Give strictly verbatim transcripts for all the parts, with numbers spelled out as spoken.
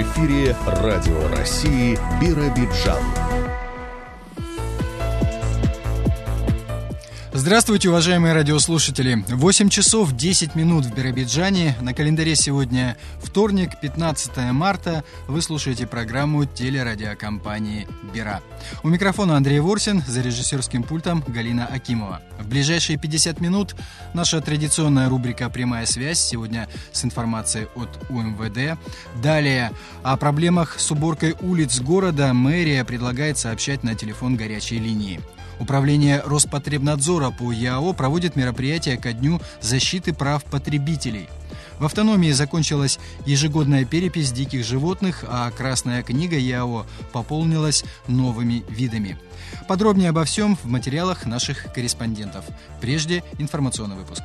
эфире Радио России Биробиджан. Здравствуйте, уважаемые радиослушатели. восемь часов десять минут в Биробиджане. На календаре сегодня вторник, пятнадцатое марта. Вы слушаете программу телерадиокомпании «Бира». У микрофона Андрей Ворсин, за режиссерским пультом Галина Акимова. В ближайшие пятьдесят минут наша традиционная рубрика «Прямая связь». Сегодня с информацией от У Эм Вэ Дэ. Далее о проблемах с уборкой улиц города мэрия предлагает сообщать на телефон горячей линии. Управление Роспотребнадзора по ЯО проводит мероприятие ко Дню защиты прав потребителей. В автономии закончилась ежегодная перепись диких животных, а Красная книга ЯО пополнилась новыми видами. Подробнее обо всем в материалах наших корреспондентов. Прежде информационный выпуск.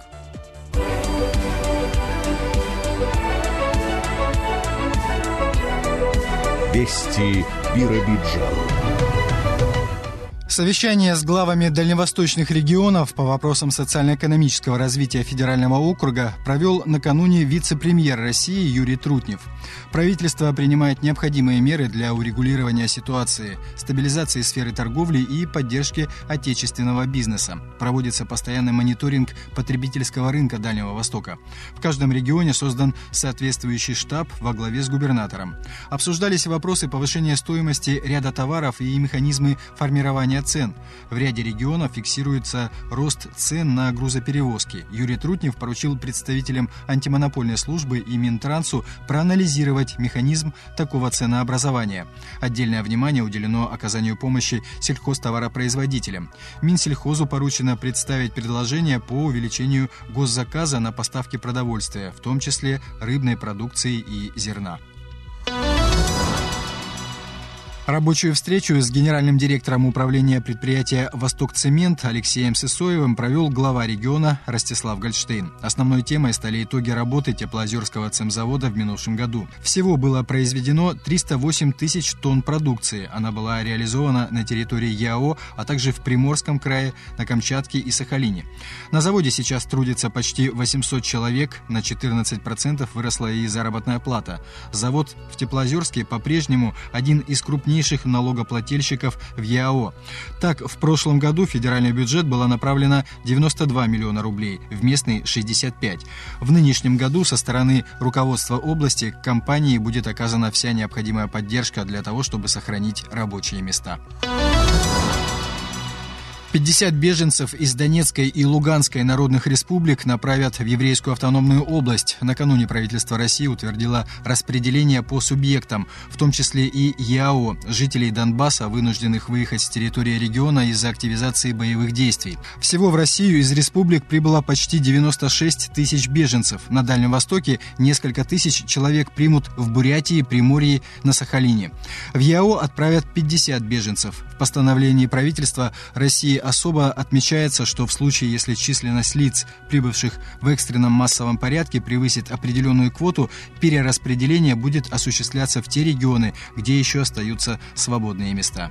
Вести Биробиджан. Совещание с главами дальневосточных регионов по вопросам социально-экономического развития федерального округа провел накануне вице-премьер России Юрий Трутнев. Правительство принимает необходимые меры для урегулирования ситуации, стабилизации сферы торговли и поддержки отечественного бизнеса. Проводится постоянный мониторинг потребительского рынка Дальнего Востока. В каждом регионе создан соответствующий штаб во главе с губернатором. Обсуждались вопросы повышения стоимости ряда товаров и механизмы формирования цен. В ряде регионов фиксируется рост цен на грузоперевозки. Юрий Трутнев поручил представителям антимонопольной службы и Минтрансу проанализировать механизм такого ценообразования. Отдельное внимание уделено оказанию помощи сельхозтоваропроизводителям. Минсельхозу поручено представить предложения по увеличению госзаказа на поставки продовольствия, в том числе рыбной продукции и зерна. Рабочую встречу с генеральным директором управления предприятия «Востокцемент» Алексеем Сысоевым провел глава региона Ростислав Гольштейн. Основной темой стали итоги работы Теплоозерского цемзавода в минувшем году. Всего было произведено триста восемь тысяч тонн продукции. Она была реализована на территории ЯО, а также в Приморском крае, на Камчатке и Сахалине. На заводе сейчас трудится почти восемьсот человек, на четырнадцать процентов выросла и заработная плата. Завод в Теплоозерске по-прежнему один из крупнейших налогоплательщиков в ЯО. Так, в прошлом году в федеральный бюджет было направлено девяносто два миллиона рублей, в местный шестьдесят пять. В нынешнем году со стороны руководства области компании будет оказана вся необходимая поддержка для того, чтобы сохранить рабочие места. пятьдесят беженцев из Донецкой и Луганской народных республик направят в Еврейскую автономную область. Накануне правительство России утвердило распределение по субъектам, в том числе и ЯО, жителей Донбасса, вынужденных выехать с территории региона из-за активизации боевых действий. Всего в Россию из республик прибыло почти девяносто шесть тысяч беженцев. На Дальнем Востоке несколько тысяч человек примут в Бурятии, Приморье, на Сахалине. В ЯО отправят пятьдесят беженцев. В постановлении правительства России особо отмечается, что в случае, если численность лиц, прибывших в экстренном массовом порядке, превысит определенную квоту, перераспределение будет осуществляться в те регионы, где еще остаются свободные места.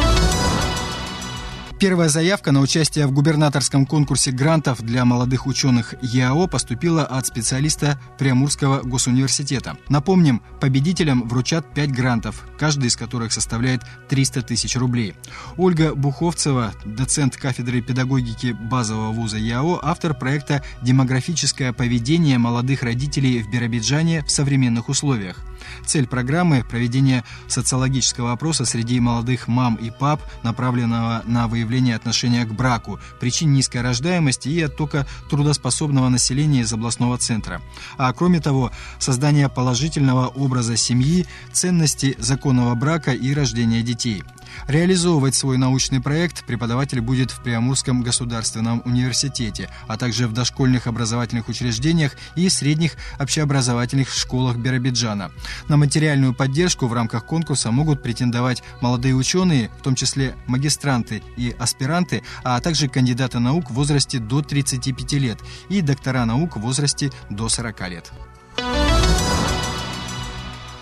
Первая заявка на участие в губернаторском конкурсе грантов для молодых ученых ЯО поступила от специалиста Приамурского госуниверситета. Напомним, победителям вручат пять грантов, каждый из которых составляет триста тысяч рублей. Ольга Буховцева, доцент кафедры педагогики базового вуза ЯО, автор проекта «Демографическое поведение молодых родителей в Биробиджане в современных условиях». Цель программы – проведение социологического опроса среди молодых мам и пап, направленного на выявление отношения к браку, причин низкой рождаемости и оттока трудоспособного населения из областного центра. А кроме того, создание положительного образа семьи, ценности законного брака и рождения детей. Реализовывать свой научный проект преподаватель будет в Приамурском государственном университете, а также в дошкольных образовательных учреждениях и средних общеобразовательных школах Биробиджана. На материальную поддержку в рамках конкурса могут претендовать молодые ученые, в том числе магистранты и аспиранты, а также кандидаты наук в возрасте до тридцати пяти лет и доктора наук в возрасте до сорока лет.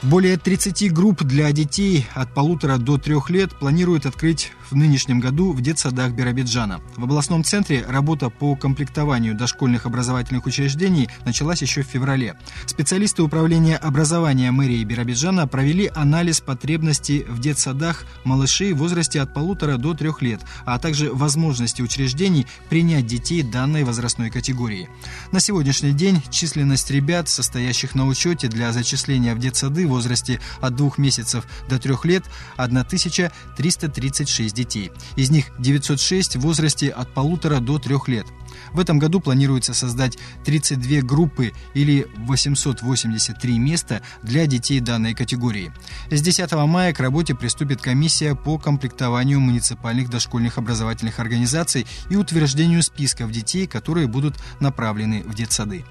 Более тридцати групп для детей от полутора до трех лет планируют открыть в нынешнем году в детсадах Биробиджана. В областном центре работа по комплектованию дошкольных образовательных учреждений началась еще в феврале. Специалисты управления образования мэрии Биробиджана провели анализ потребностей в детсадах малышей в возрасте от полутора до трех лет, а также возможности учреждений принять детей данной возрастной категории. На сегодняшний день численность ребят, состоящих на учете для зачисления в детсады в возрасте от двух месяцев до трех лет, тысяча триста тридцать шесть детей. Из них девятьсот шесть в возрасте от полутора до трех лет. В этом году планируется создать тридцать две группы или восемьсот восемьдесят три места для детей данной категории. С десятого мая к работе приступит комиссия по комплектованию муниципальных дошкольных образовательных организаций и утверждению списков детей, которые будут направлены в детсады.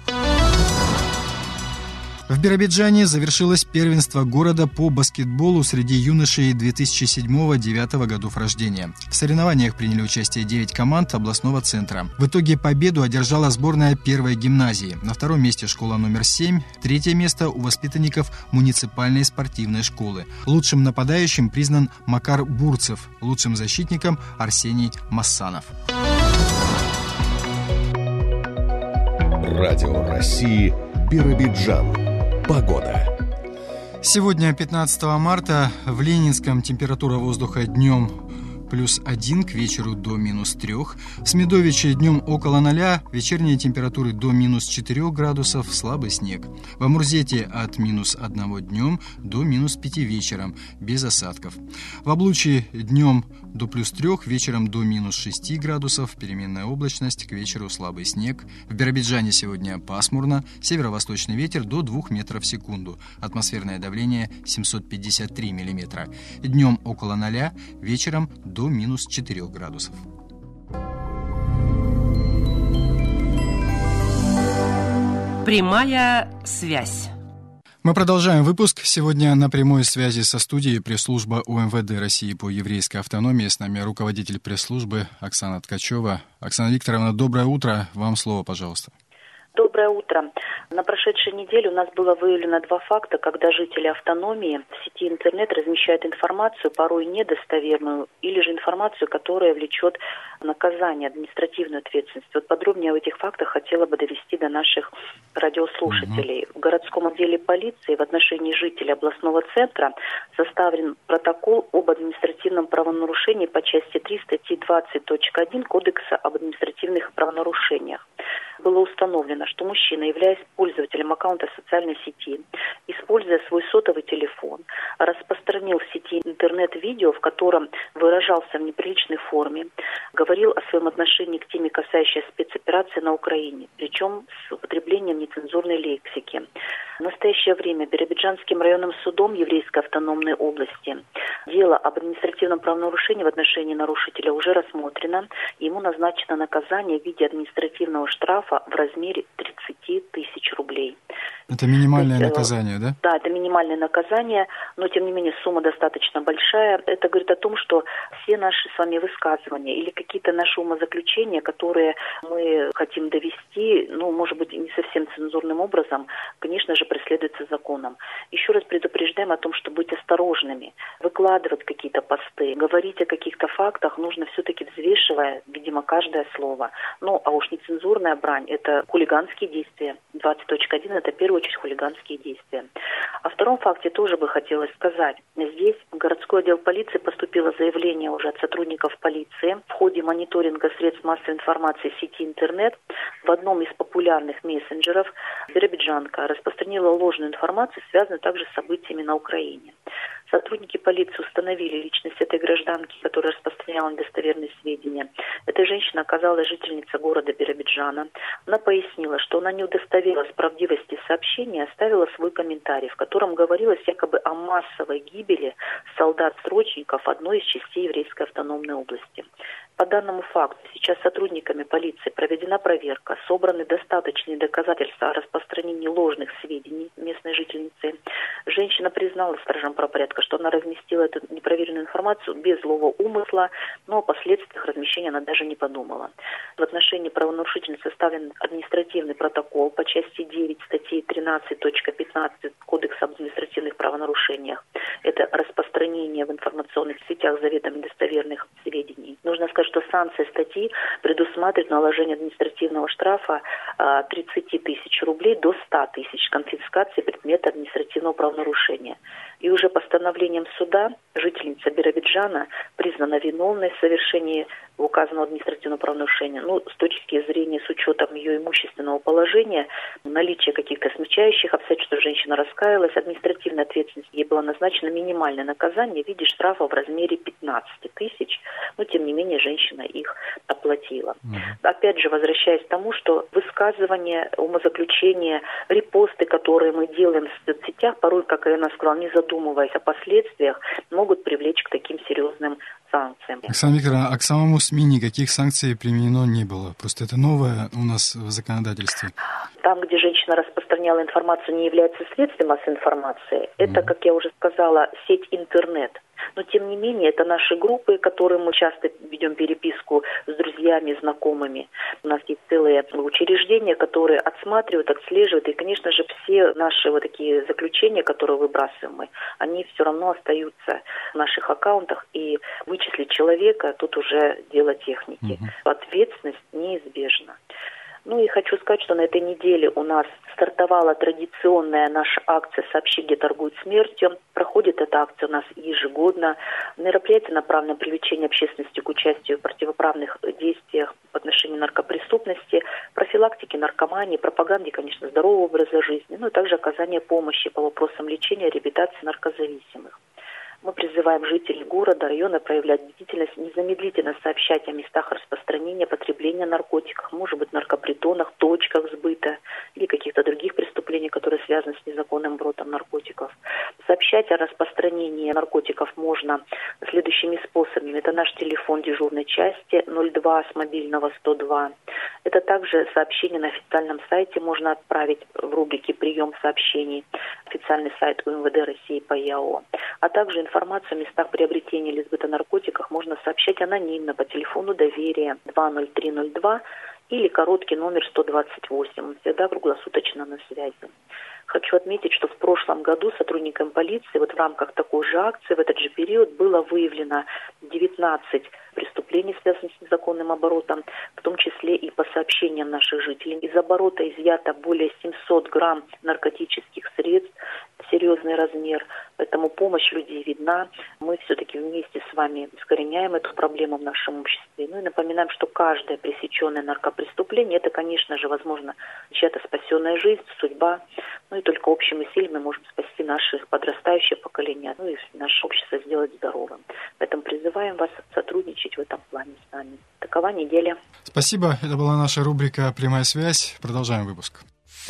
В Биробиджане завершилось первенство города по баскетболу среди юношей две тысячи седьмого — две тысячи девятого годов рождения. В соревнованиях приняли участие девять команд областного центра. В итоге победу одержала сборная первой гимназии. На втором месте школа номер семь, третье место у воспитанников муниципальной спортивной школы. Лучшим нападающим признан Макар Бурцев, лучшим защитником Арсений Массанов. Радио России Биробиджан. Погода. Сегодня, пятнадцатого марта, в Ленинском температура воздуха днем плюс один, к вечеру до минус трех. В Смедовиче днем около ноля, вечерние температуры до минус четырех градусов, слабый снег. В Амурзете от минус одного днем до минус пяти вечером, без осадков. В Облучье днем до плюс трех, вечером до минус шести градусов, переменная облачность, к вечеру слабый снег. В Биробиджане сегодня пасмурно, северо-восточный ветер до двух метров в секунду, атмосферное давление семьсот пятьдесят три миллиметра. Днем около ноля, вечером до минус четырех градусов. Прямая связь. Мы продолжаем выпуск. Сегодня на прямой связи со студией пресс-служба УМВД России по еврейской автономии. С нами руководитель пресс-службы Оксана Ткачева. Оксана Викторовна, доброе утро. Вам слово, пожалуйста. Доброе утро. На прошедшей неделе у нас было выявлено два факта, когда жители автономии в сети интернет размещают информацию, порой недостоверную, или же информацию, которая влечет наказание, административную ответственность. Вот подробнее о этих фактах хотела бы довести до наших радиослушателей. Mm-hmm. В городском отделе полиции в отношении жителей областного центра составлен протокол об административном правонарушении по части три статьи двадцать точка один Кодекса об административных правонарушениях. Было установлено, что мужчина, являясь пользователем аккаунта социальной сети, используя свой сотовый телефон, распространил в сети интернет-видео, в котором выражался в неприличной форме, говорил о своем отношении к теме, касающейся спецоперации на Украине, причем с употреблением нецензурной лексики. В настоящее время Биробиджанским районным судом Еврейской автономной области дело об административном правонарушении в отношении нарушителя уже рассмотрено. Ему назначено наказание в виде административного штрафа в размере тридцать тысяч рублей. Это минимальное есть, наказание, да? Да, это минимальное наказание, но тем не менее сумма достаточно большая. Это говорит о том, что все наши с вами высказывания или какие-то наши умозаключения, которые мы хотим довести, ну, может быть, не совсем цензурным образом, конечно же, преследуется законом. Еще раз предупреждаем о том, что быть осторожными, выкладывать какие-то посты, говорить о каких-то фактах нужно все-таки взвешивая, видимо, каждое слово. Ну, а уж нецензурная брань – это хулиганские действия. двадцать точка один – это в первую очередь хулиганские действия. О втором факте тоже бы хотелось сказать. Здесь в городской отдел полиции поступило заявление уже от сотрудников полиции. В ходе мониторинга средств массовой информации в сети интернет в одном из популярных мессенджеров биробиджанка распространила ложную информацию, связанную также с событиями на Украине. Сотрудники полиции установили личность этой гражданки, которая распространяла недостоверные сведения. Эта женщина оказалась жительницей города Биробиджана. Она пояснила, что она не удостоверилась в правдивости сообщения, оставила свой комментарий, в котором говорилось якобы о массовой гибели солдат-срочников одной из частей Еврейской автономной области. По данному факту сейчас сотрудниками полиции проведена проверка, собраны достаточные доказательства о распространении ложных сведений местной жительницы. Женщина призналась стражам правопорядка, что она разместила эту непроверенную информацию без злого умысла, но о последствиях размещения она даже не подумала. В отношении правонарушительницы составлен административный протокол по части девять статьи тринадцать точка пятнадцать Кодекса об административном административных правонарушениях. Это распространение в информационных сетях заведомо недостоверных сведений. Нужно сказать, что санкция статьи предусматривает наложение административного штрафа от тридцати тысяч рублей до ста тысяч конфискации предмета административного правонарушения. И уже постановлением суда жительница Биробиджана признана виновной в совершении указанного административного правонарушения. Ну, с точки зрения, с учетом ее имущественного положения, наличие каких-то смягчающих обстоятельств, что женщина раскаялась, административная ответственность ей была назначена минимальное наказание в виде штрафа в размере пятнадцати тысяч, но тем не менее женщина их оплатила. Mm-hmm. Опять же, возвращаясь к тому, что высказывания, умозаключения, репосты, которые мы делаем в соцсетях, порой, как я сказала, не задумываясь о последствиях, могут привлечь к таким серьезным санкциям. Оксана Викторовна, а к самому СМИ никаких санкций применено не было? Просто это новое у нас в законодательстве. Там, где женщина распространяла информацию, не является средством массовой информации. Mm-hmm. Это, как я уже сказала, сеть интернет. Но, тем не менее, это наши группы, которые мы часто ведем переписку с друзьями, знакомыми. У нас есть целые учреждения, которые отсматривают, отслеживают. И, конечно же, все наши вот такие заключения, которые выбрасываем мы, они все равно остаются в наших аккаунтах. И вычислить человека тут уже дело техники. Mm-hmm. Ответственность неизбежна. Ну и хочу сказать, что на этой неделе у нас стартовала традиционная наша акция «Сообщи, где торгуют смертью». Проходит эта акция у нас ежегодно. Мероприятие направлено на привлечение общественности к участию в противоправных действиях по отношению к наркопреступности, профилактике наркомании, пропаганде, конечно, здорового образа жизни, ну и также оказание помощи по вопросам лечения и реабилитации наркозависимых. Мы призываем жителей города, района проявлять бдительность, незамедлительно сообщать о местах распространения, потребления наркотиков, может быть, наркопритонах, точках сбыта или каких-то других преступлений, которые связаны с незаконным оборотом наркотиков. Сообщать о распространении наркотиков можно следующими способами. Это наш телефон дежурной части ноль два с мобильного сто два. Это также сообщение на официальном сайте можно отправить в рубрике «Прием сообщений», официальный сайт У Эм Вэ Дэ России по ЯО. А также информацию о местах приобретения или сбыта наркотиков можно сообщать анонимно по телефону доверия два ноль три ноль два или короткий номер сто двадцать восемь. Он всегда круглосуточно на связи. Хочу отметить, что в прошлом году сотрудникам полиции вот в рамках такой же акции в этот же период было выявлено девятнадцать преступлений, связанных с незаконным оборотом, в том числе и по сообщениям наших жителей. Из оборота изъято более семьсот грамм наркотических средств, серьезный размер, поэтому помощь людей видна. Мы все-таки вместе с вами искореняем эту проблему в нашем обществе. Ну и напоминаем, что каждое пресеченное наркопреступление, это, конечно же, возможно, чья-то спасенная жизнь, судьба. Ну и только общим усилием мы можем спасти наше подрастающее поколение, ну и наше общество сделать здоровым. Поэтому призываем вас сотрудничать в этом плане с нами. Такова неделя. Спасибо. Это была наша рубрика «Прямая связь». Продолжаем выпуск.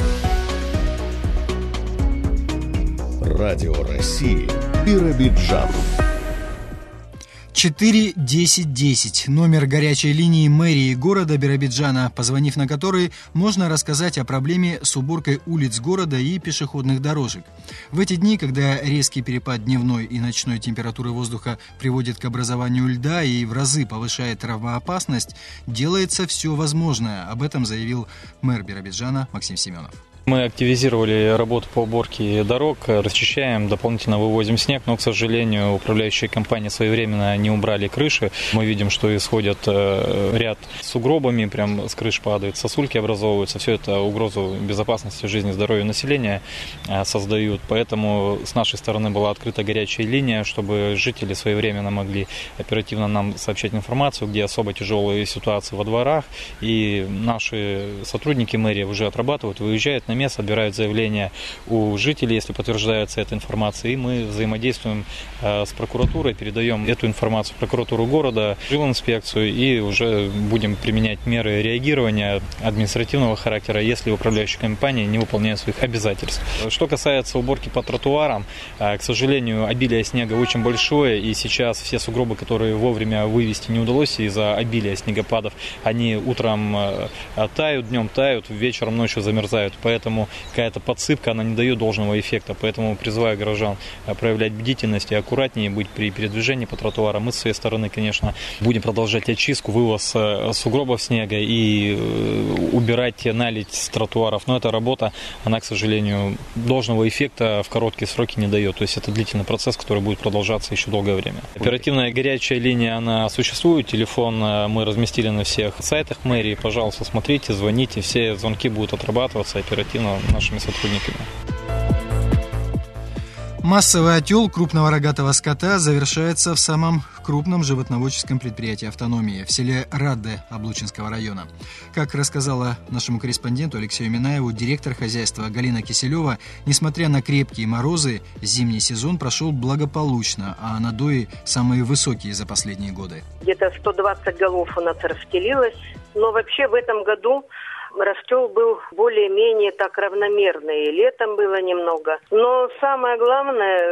Радио России Биробиджан. четыре десять десять. Номер горячей линии мэрии города Биробиджана, позвонив на который, можно рассказать о проблеме с уборкой улиц города и пешеходных дорожек. В эти дни, когда резкий перепад дневной и ночной температуры воздуха приводит к образованию льда и в разы повышает травмоопасность, делается все возможное. Об этом заявил мэр Биробиджана Максим Семенов. Мы активизировали работу по уборке дорог, расчищаем, дополнительно вывозим снег, но, к сожалению, управляющие компании своевременно не убрали крыши. Мы видим, что исходят ряд сугробами, прям с крыш падают, сосульки образовываются. Все это угрозу безопасности жизни и здоровью населения создают. Поэтому с нашей стороны была открыта горячая линия, чтобы жители своевременно могли оперативно нам сообщать информацию, где особо тяжелые ситуации во дворах. И наши сотрудники мэрии уже отрабатывают, выезжают на место, отбирают заявления у жителей, если подтверждается эта информация, и мы взаимодействуем э, с прокуратурой, передаем эту информацию в прокуратуру города, жилинспекцию, и уже будем применять меры реагирования административного характера, если управляющие компании не выполняют своих обязательств. Что касается уборки по тротуарам, э, к сожалению, обилие снега очень большое, и сейчас все сугробы, которые вовремя вывести не удалось из-за обилия снегопадов, они утром э, тают, днем тают, вечером, ночью замерзают. Поэтому поэтому какая-то подсыпка, она не дает должного эффекта. Поэтому призываю горожан проявлять бдительность и аккуратнее быть при передвижении по тротуарам. Мы с своей стороны, конечно, будем продолжать очистку, вывоз сугробов снега и убирать наледь с тротуаров. Но эта работа, она, к сожалению, должного эффекта в короткие сроки не дает. То есть это длительный процесс, который будет продолжаться еще долгое время. Оперативная горячая линия, она существует. Телефон мы разместили на всех сайтах мэрии. Пожалуйста, смотрите, звоните. Все звонки будут отрабатываться оперативно нашими сотрудниками. Массовый отел крупного рогатого скота завершается в самом крупном животноводческом предприятии автономии в селе Радде Облучинского района. Как рассказала нашему корреспонденту Алексею Минаеву директор хозяйства Галина Киселева, несмотря на крепкие морозы, зимний сезон прошел благополучно, а надои самые высокие за последние годы. Где-то сто двадцать голов у нас расстелилось, но вообще в этом году растел был более-менее так равномерный, и летом было немного. Но самое главное,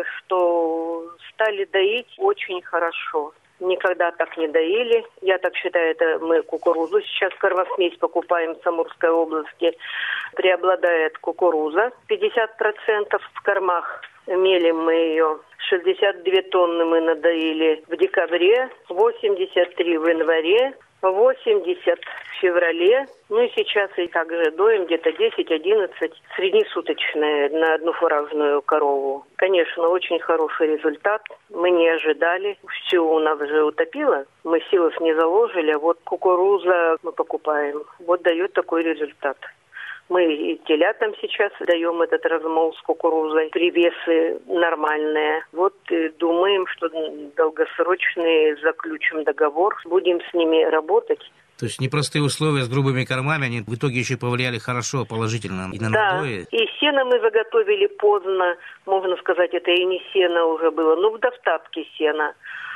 что стали доить очень хорошо. Никогда так не доили. Я так считаю, это мы кукурузу сейчас кормосмесь покупаем в Амурской области. Преобладает кукуруза. пятьдесят процентов в кормах. Мелим мы ее. шестьдесят две тонны мы надоили в декабре, восемьдесят три в январе, восемьдесят в феврале. Ну и сейчас и также доим где-то десять-одиннадцать среднесуточные на одну фуражную корову. Конечно, очень хороший результат. Мы не ожидали. Все у нас уже утопило. Мы силос не заложили, а вот кукуруза мы покупаем. Вот дает такой результат. Мы и телятам сейчас даем этот размол с кукурузой, привесы нормальные. Вот и думаем, что долгосрочный заключим договор, будем с ними работать. То есть непростые условия с грубыми кормами, они в итоге еще повлияли хорошо, положительно и на да, надои? И сено мы заготовили поздно, можно сказать, это и не сено уже было, но в достатке сена.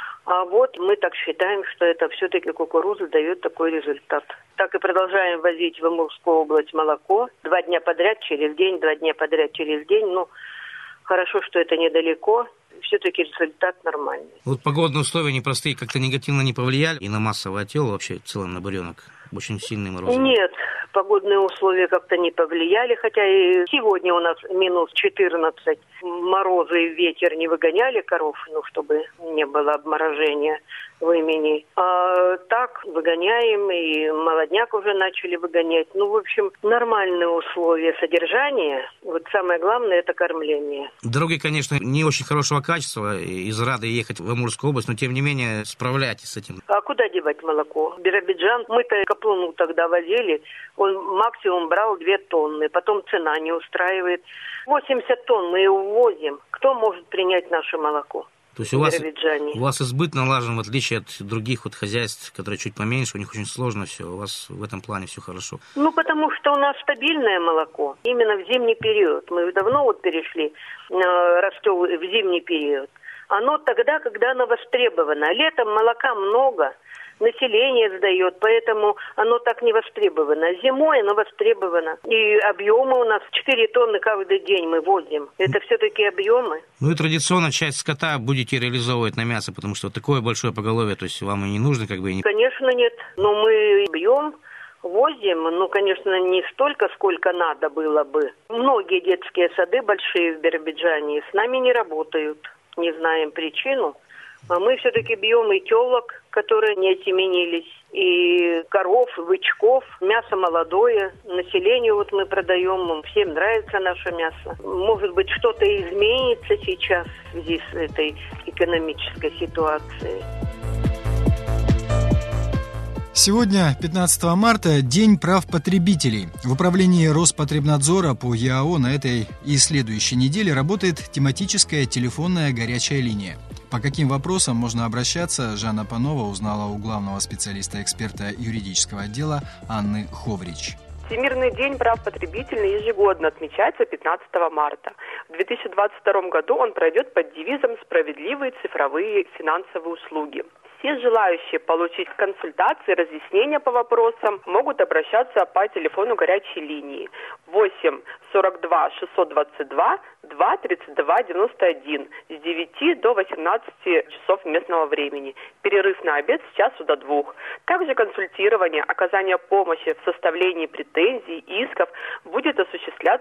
А вот мы так считаем, что это все-таки кукуруза дает такой результат. Так и продолжаем возить в Амурскую область молоко. Два дня подряд через день, два дня подряд через день. Ну, хорошо, что это недалеко. Все-таки результат нормальный. Вот погодные условия непростые как-то негативно не повлияли и на массовый отел вообще в целом на буренок? Очень сильный мороз. Нет, погодные условия как-то не повлияли, хотя и сегодня у нас минус четырнадцать. Морозы и ветер не выгоняли коров, ну, чтобы не было обморожения в имени. А так выгоняем, и молодняк уже начали выгонять. Ну, в общем, нормальные условия содержания. Вот самое главное – это кормление. Дороги, конечно, не очень хорошего качества. Из Рады ехать в Амурскую область, но, тем не менее, справляйтесь с этим. А куда девать молоко? Биробиджан, мы-то каплуну тогда возили, он максимум брал две тонны, потом цена не устраивает. восемьдесят тонн мы его ввозим. Кто может принять наше молоко? То есть у вас, у вас избыт налажен, в отличие от других вот хозяйств, которые чуть поменьше, у них очень сложно все, у вас в этом плане все хорошо. Ну, потому что у нас стабильное молоко, именно в зимний период. Мы давно вот перешли, э, растем в зимний период. Оно тогда, когда оно востребовано. Летом молока много, население сдает, поэтому оно так не востребовано. Зимой оно востребовано. И объемы у нас четыре тонны каждый день мы возим. Это все-таки объемы. Ну и традиционно часть скота будете реализовывать на мясо, потому что такое большое поголовье, то есть вам и не нужно как бы... И не... Конечно, нет. Но мы бьем, возим, ну, конечно, не столько, сколько надо было бы. Многие детские сады большие в Биробиджане с нами не работают. Не знаем причину. А мы все-таки бьем и телок, которые не отеменились, и коров, и бычков, мясо молодое. Населению вот мы продаем, всем нравится наше мясо. Может быть, что-то изменится сейчас в связи с этой экономической ситуацией. Сегодня, пятнадцатого марта, День прав потребителей. В управлении Роспотребнадзора по ЕАО на этой и следующей неделе работает тематическая телефонная горячая линия. По каким вопросам можно обращаться, Жанна Панова узнала у главного специалиста-эксперта юридического отдела Анны Ховрич. Всемирный день прав потребителей ежегодно отмечается пятнадцатого марта. В две тысячи двадцать втором году он пройдет под девизом «Справедливые цифровые финансовые услуги». Все желающие получить консультации, разъяснения по вопросам могут обращаться по телефону горячей линии восемь сорок два шестьсот двадцать два два тридцать два девяносто один с девяти до восемнадцати часов местного времени. Перерыв на обед с часу до двух. Также консультирование, оказание помощи в составлении претензий, исков будет осуществляться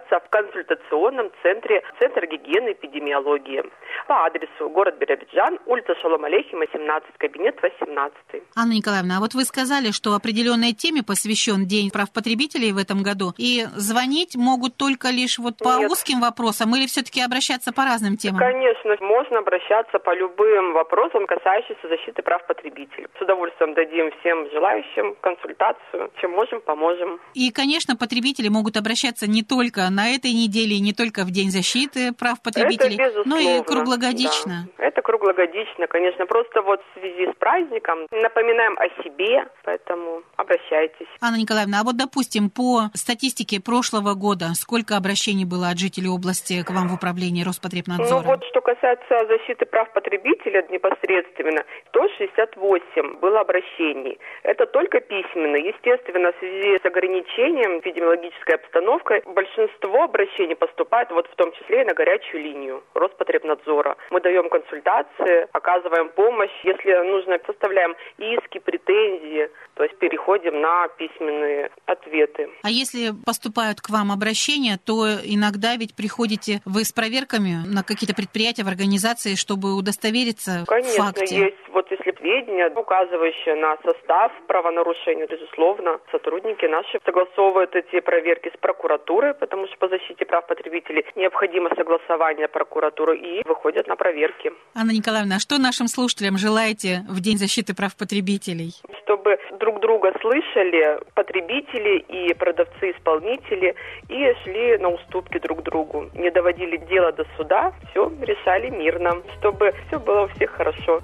записаться в консультационном центре Центр гигиены и эпидемиологии по адресу город Биробиджан, улица Шолом Алейхима, семнадцать, кабинет восемнадцатый. Анна Николаевна, а вот вы сказали, что определенной теме посвящен День прав потребителей в этом году, и звонить могут только лишь вот по Нет. узким вопросам или все-таки обращаться по разным темам? Конечно, можно обращаться по любым вопросам, касающимся защиты прав потребителей. С удовольствием дадим всем желающим консультацию, чем можем, поможем. И, конечно, потребители могут обращаться не только на этой неделе, и не только в День защиты прав потребителей, но и круглогодично. Да. Это круглогодично, конечно. Просто вот в связи с праздником напоминаем о себе, поэтому обращайтесь. Анна Николаевна, а вот, допустим, по статистике прошлого года, сколько обращений было от жителей области к вам в управлении Роспотребнадзора? Ну вот, что касается защиты прав потребителя непосредственно, сто шестьдесят восемь было обращений. Это только письменно. Естественно, в связи с ограничением эпидемиологической обстановкой, большинство обращений поступает вот в том числе и на горячую линию Роспотребнадзора. Мы даем консультации, оказываем помощь. Если нужно, составляем иски, претензии, то есть переходим на письменные ответы. А если поступают к вам обращения, то иногда ведь приходите вы с проверками на какие-то предприятия, в организации, чтобы удостовериться Конечно, в факте? Конечно, есть. Вот если сведения, указывающие на состав правонарушения, безусловно, сотрудники наши согласовывают эти проверки с прокуратурой, потому что по защите прав потребителей необходимо согласование прокуратуры, и выходят на проверки. Анна Николаевна, а что нашим слушателям желаете в День защиты прав потребителей? Чтобы друг друга слышали потребители и продавцы-исполнители и шли на уступки друг другу. Не доводили дело до суда, все решали мирно, чтобы все было у всех хорошо.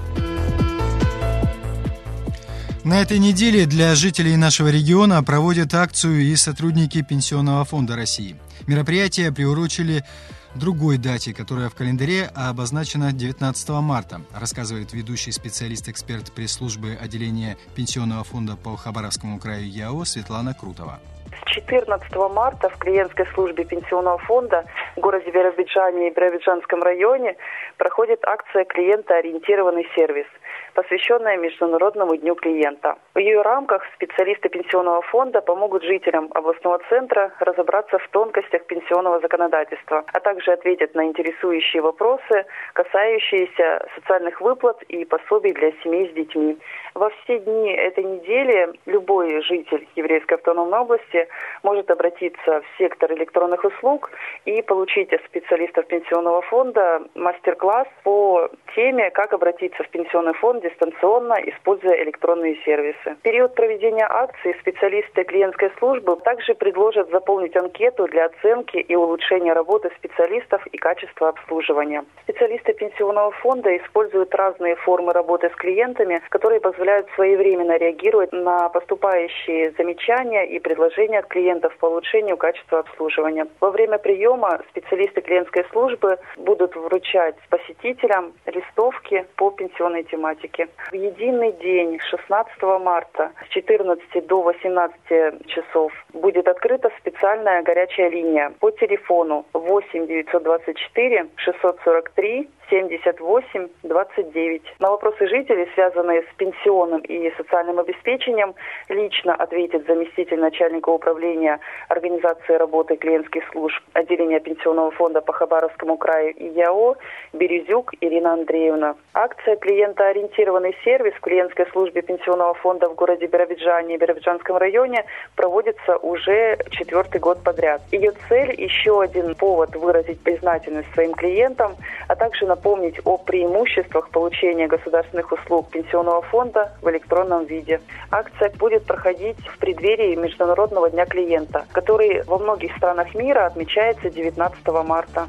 На этой неделе для жителей нашего региона проводят акцию и сотрудники Пенсионного фонда России. Мероприятие приурочили другой дате, которая в календаре обозначена девятнадцатого марта, рассказывает ведущий специалист-эксперт пресс-службы отделения Пенсионного фонда по Хабаровскому краю ЯО Светлана Крутова. С четырнадцатого марта в клиентской службе Пенсионного фонда в городе Биробиджане и Биробиджанском районе проходит акция «Клиентоориентированный сервис», посвященная Международному дню клиента. В ее рамках специалисты Пенсионного фонда помогут жителям областного центра разобраться в тонкостях пенсионного законодательства, а также ответят на интересующие вопросы, касающиеся социальных выплат и пособий для семей с детьми. Во все дни этой недели любой житель Еврейской автономной области может обратиться в сектор электронных услуг и получить от специалистов Пенсионного фонда мастер-класс по теме, как обратиться в Пенсионный фонд дистанционно, используя электронные сервисы. В период проведения акции специалисты клиентской службы также предложат заполнить анкету для оценки и улучшения работы специалистов и качества обслуживания. Специалисты Пенсионного фонда используют разные формы работы с клиентами, которые позволяют своевременно реагировать на поступающие замечания и предложения от клиентов по улучшению качества обслуживания. Во время приема специалисты клиентской службы будут вручать посетителям листовки по пенсионной тематике. В единый день шестнадцатого марта с четырнадцати до восемнадцати часов будет открыта специальная горячая линия по телефону восемь девятьсот двадцать четыре шестьсот сорок три семьдесят восемь двадцать девять. На вопросы жителей, связанные с пенсионным и социальным обеспечением, лично ответит заместитель начальника управления организации работы клиентских служб отделения Пенсионного фонда по Хабаровскому краю и ЯО Березюк Ирина Андреевна. Акция «Клиентоориентированный сервис» в клиентской службе Пенсионного фонда в городе Биробиджане и Биробиджанском районе проводится уже четвертый год подряд. Ее цель – еще один повод выразить признательность своим клиентам, а также напомнить о преимуществах получения государственных услуг Пенсионного фонда в электронном виде. Акция будет проходить в преддверии Международного дня клиента, который во многих странах мира отмечается девятнадцатого марта.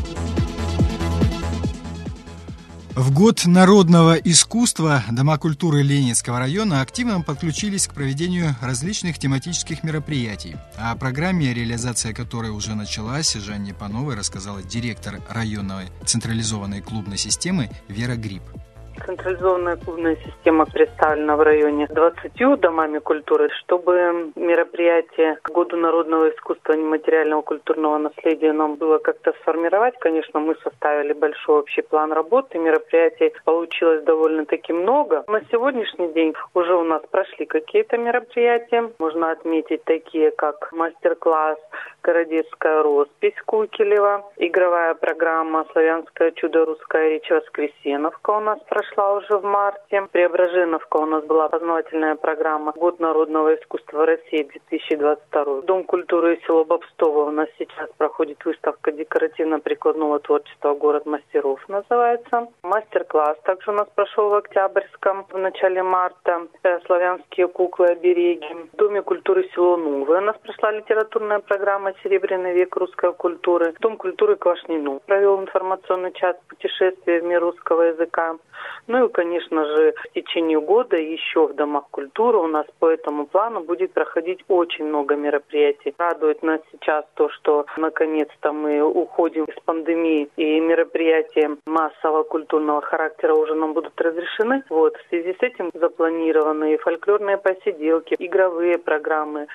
В год народного искусства Дома культуры Ленинского района активно подключились к проведению различных тематических мероприятий. О программе, реализация которой уже началась, Жанне Пановой рассказала директор районной централизованной клубной системы Вера Гриб. Централизованная клубная система представлена в районе двадцатью домами культуры. Чтобы мероприятие к Году народного искусства и нематериального культурного наследия нам было как-то сформировать, конечно, мы составили большой общий план работы. Мероприятий получилось довольно-таки много. На сегодняшний день уже у нас прошли какие-то мероприятия. Можно отметить такие, как мастер-класс Городецкая роспись Кукелева, игровая программа «Славянское чудо. Русская речь Воскресеновка» у нас прошла уже в марте. Преображеновка у нас была познавательная программа «Год народного искусства России две тысячи двадцать второй». Дом культуры и село Бобстово у нас сейчас проходит выставка декоративно-прикладного творчества «Город мастеров» называется. Мастер-класс также у нас прошел в Октябрьском в начале марта. «Славянские куклы-обереги». В Доме культуры село Новое у нас прошла литературная программа «Серебряный век русской культуры». Дом культуры Квашнину провел информационный час путешествия в мир русского языка. Ну и, конечно же, в течение года еще в Домах культуры у нас по этому плану будет проходить очень много мероприятий. Радует нас сейчас то, что наконец-то мы уходим из пандемии, и мероприятия массового культурного характера уже нам будут разрешены. Вот, в связи с этим запланированы и фольклорные посиделки, игровые программы,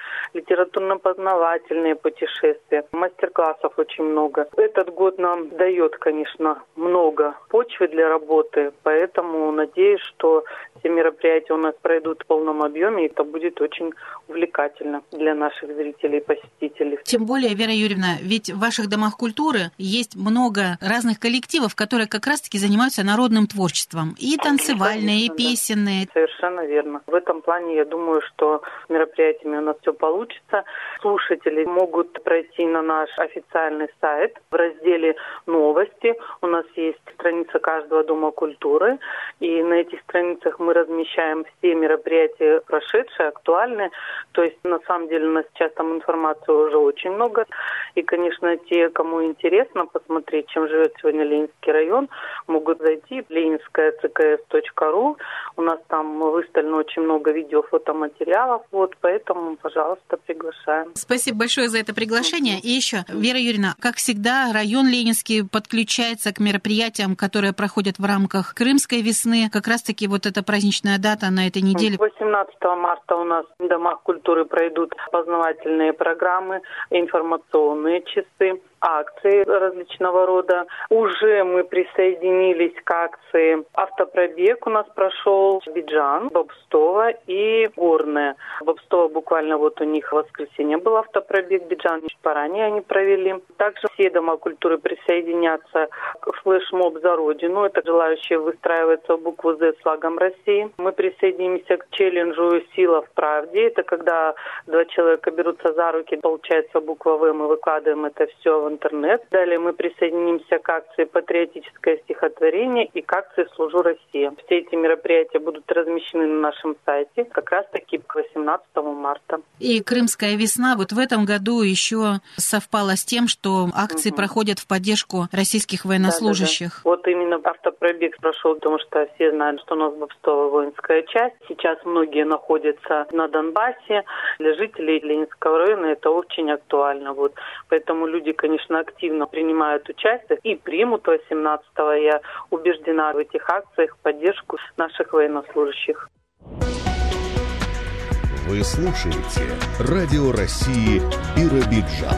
литературно-познавательные путешествия, мастер-классов очень много. Этот год нам дает, конечно, много почвы для работы, поэтому надеюсь, что все мероприятия у нас пройдут в полном объеме, и это будет очень увлекательно для наших зрителей и посетителей. Тем более, Вера Юрьевна, ведь в ваших домах культуры есть много разных коллективов, которые как раз-таки занимаются народным творчеством. И танцевальные, Конечно, и песенные. Да. Совершенно верно. В этом плане я думаю, что с мероприятиями у нас все получится. Слушатели могут пройти на наш официальный сайт в разделе «Новости». У нас есть страница каждого дома культуры, и на этих страницах мы размещаем все мероприятия прошедшие, актуальные. То есть, на самом деле, у нас сейчас там информации уже очень много. И, конечно, те, кому интересно посмотреть, чем живет сегодня Ленинский район, могут зайти в ленинская цэ ка эс точка ру. У нас там выставлено очень много видео, фотоматериалов. Вот, поэтому, пожалуйста, приглашаем. Спасибо большое за это приглашение. И еще, Вера Юрьевна, как всегда, район Ленинский подключается к мероприятиям, которые проходят в рамках Крымской весны. Как раз-таки вот эта праздничная дата на этой неделе. восемнадцатого марта у нас в Домах культуры пройдут познавательные программы, информационные часы, акции различного рода. Уже мы присоединились к акции «Автопробег». У нас прошел Биджан, Бобстово и Горное. Бобстово буквально вот у них в воскресенье был автопробег, Биджан чуть поранее они провели. Также все дома культуры присоединятся к флешмоб «За Родину». Это желающие выстраиваются в букву «З» с флагом России. Мы присоединимся к челленджу «Сила в правде». Это когда два человека берутся за руки, получается буква «В», мы выкладываем это все в интернет. Далее мы присоединимся к акции «Патриотическое стихотворение» и к акции «Служу России». Все эти мероприятия будут размещены на нашем сайте как раз-таки к восемнадцатому марта. И Крымская весна вот в этом году еще совпала с тем, что акции угу. проходят в поддержку российских военнослужащих. Да, да, да. Вот именно автопробег прошел, потому что все знают, что у нас Бобстово воинская часть. Сейчас многие находятся на Донбассе. Для жителей Ленинского района это очень актуально. Вот. Поэтому люди, конечно, активно принимают участие и примут восемнадцатого. Я убеждена в этих акциях в поддержку наших военнослужащих. Вы слушаете Радио России Биробиджан.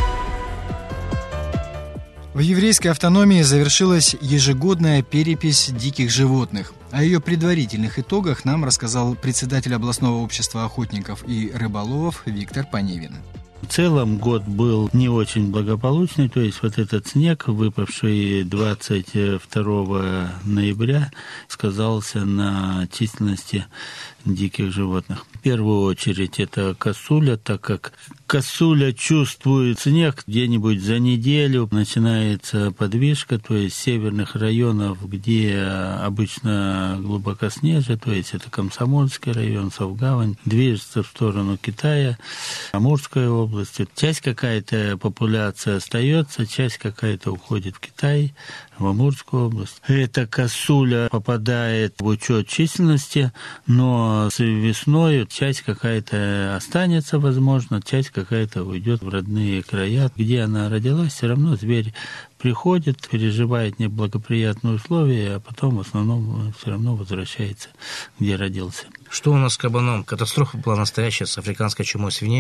В еврейской автономии завершилась ежегодная перепись диких животных. О ее предварительных итогах нам рассказал председатель областного общества охотников и рыболовов Виктор Поневин. В целом год был не очень благополучный, то есть вот этот снег, выпавший двадцать второго ноября, сказался на численности диких животных. В первую очередь это косуля, так как косуля чувствует снег где-нибудь за неделю, начинается подвижка, то есть северных районов, где обычно глубокоснежие, то есть это Комсомольский район, Совгавань, движется в сторону Китая, Амурская область. Часть какая-то популяция остается, часть какая-то уходит в Китай, в Амурскую область. Эта косуля попадает в учет численности, но с весной часть какая-то останется, возможно, часть какая-то уйдет в родные края. Где она родилась, все равно зверь приходит, переживает неблагоприятные условия, а потом в основном все равно возвращается, где родился. Что у нас с кабаном? Катастрофа была настоящая с африканской чумой свиней.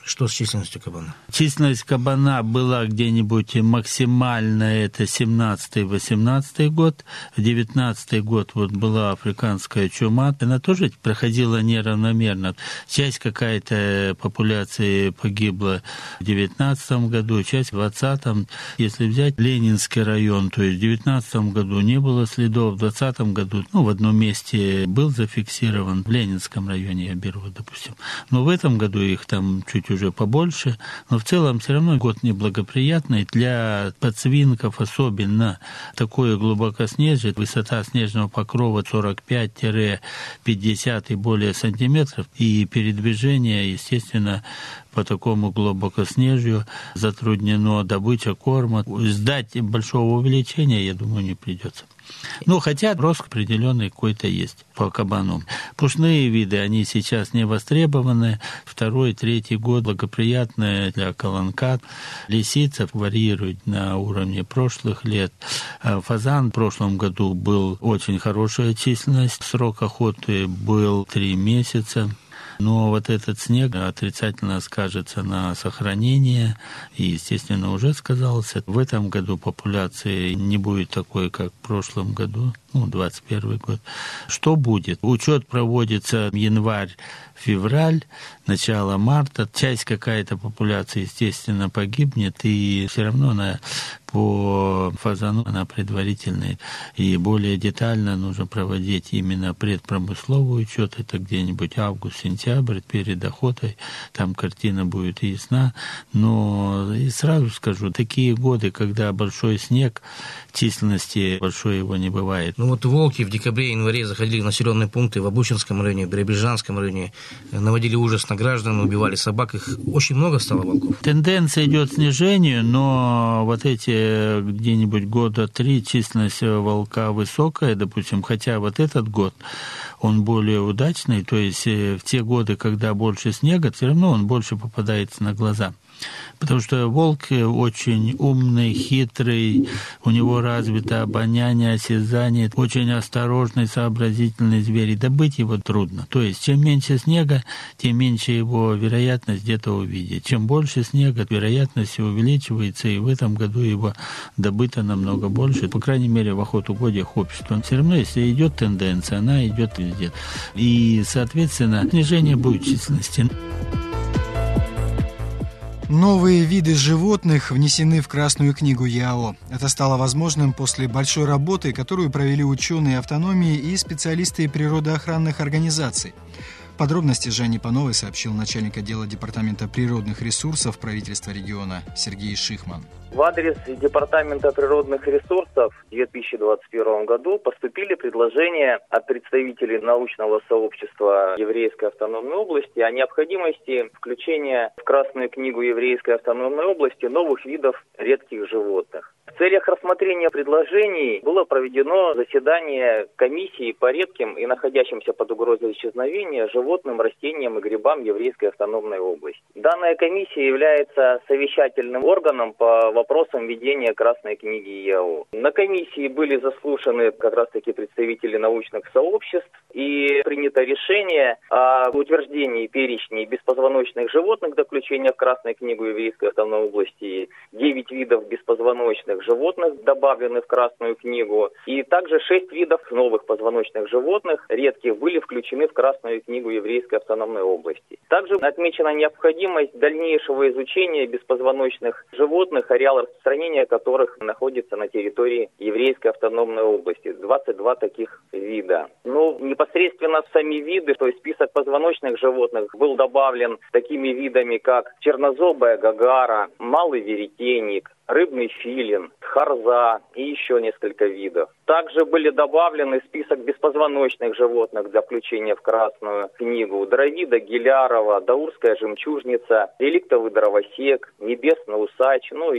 Что с численностью кабана? Численность кабана была где-нибудь максимальная, это семнадцатый-восемнадцатый год. В девятнадцатый год вот была африканская чума. Она тоже проходила неравномерно. Часть какая-то популяции погибла в девятнадцатом году, часть в двадцатом. Если взять Ленинский район, то есть в девятнадцатом году не было следов, в двадцатом году, ну, в одном месте был зафиксирован, в Ленинском районе, я беру, допустим. Но в этом году их там чуть уже побольше, но в целом все равно год неблагоприятный для подсвинков, особенно такое глубокоснежье, высота снежного покрова сорок пять - пятьдесят и более сантиметров, и передвижение, естественно, по такому глубокоснежью затруднено, добыча корма. Ждать большого увеличения, я думаю, не придется. Ну, хотя рост определенный какой-то есть по кабану. Пушные виды, они сейчас не востребованы. Второй, третий год благоприятные для каланкат. Лисица варьирует на уровне прошлых лет. Фазан в прошлом году был очень хорошая численность. Срок охоты был три месяца. Но вот этот снег отрицательно скажется на сохранение, и, естественно, уже сказался. В этом году популяции не будет такой, как в прошлом году, ну, двадцать первый год. Что будет? Учет проводится январь-февраль, начало марта. Часть какая-то популяции, естественно, погибнет, и все равно она по фазану она предварительная. И более детально нужно проводить именно предпромысловый учет. Это где-нибудь август-сентябрь, перед охотой. Там картина будет ясна. Но и сразу скажу, такие годы, когда большой снег, численности большой его не бывает. Ну вот волки в декабре-январе заходили в населенные пункты в Обучинском районе, в Биробиджанском районе, наводили ужас на граждан, убивали собак. Их очень много стало волков. Тенденция идет к снижению, но вот эти где-нибудь года три численность волка высокая, допустим, хотя вот этот год он более удачный, то есть в те годы, когда больше снега, все равно он больше попадается на глаза. Потому что волк очень умный, хитрый, у него развито обоняние, осязание, очень осторожный, сообразительный зверь, и добыть его трудно. То есть, чем меньше снега, тем меньше его вероятность где-то увидеть. Чем больше снега, вероятность увеличивается, и в этом году его добыто намного больше. По крайней мере, в охотугодиях общества. Все равно, если идет тенденция, она идет везде. И, соответственно, снижение будет численности. Новые виды животных внесены в Красную книгу ЯО. Это стало возможным после большой работы, которую провели ученые автономии и специалисты природоохранных организаций. Подробности Жанне Пановой сообщил начальник отдела Департамента природных ресурсов правительства региона Сергей Шихман. В адрес Департамента природных ресурсов в две тысячи двадцать первом году поступили предложения от представителей научного сообщества Еврейской автономной области о необходимости включения в Красную книгу Еврейской автономной области новых видов редких животных. В целях рассмотрения предложений было проведено заседание комиссии по редким и находящимся под угрозой исчезновения животным, растениям и грибам Еврейской автономной области. Данная комиссия является совещательным органом по вопросам ведения Красной книги ЯО. На комиссии были заслушаны как раз-таки представители научных сообществ, и принято решение о утверждении перечней беспозвоночных животных до включения в Красную книгу Еврейской автономной области. Девять видов беспозвоночных животных добавлены в Красную книгу, и также шесть видов новых позвоночных животных редких были включены в Красную книгу Еврейской автономной области. Также отмечена необходимость дальнейшего изучения беспозвоночных животных, ареал распространения которых находится на территории Еврейской автономной области. двадцать два таких вида. Ну, непосредственно сами виды, то есть список позвоночных животных был добавлен такими видами, как чернозобая гагара, малый веретенник, рыбный филин, харза и еще несколько видов. Также были добавлены в список беспозвоночных животных для включения в Красную книгу дровида гилярова, даурская жемчужница, реликтовый дровосек, небесный усач, ну и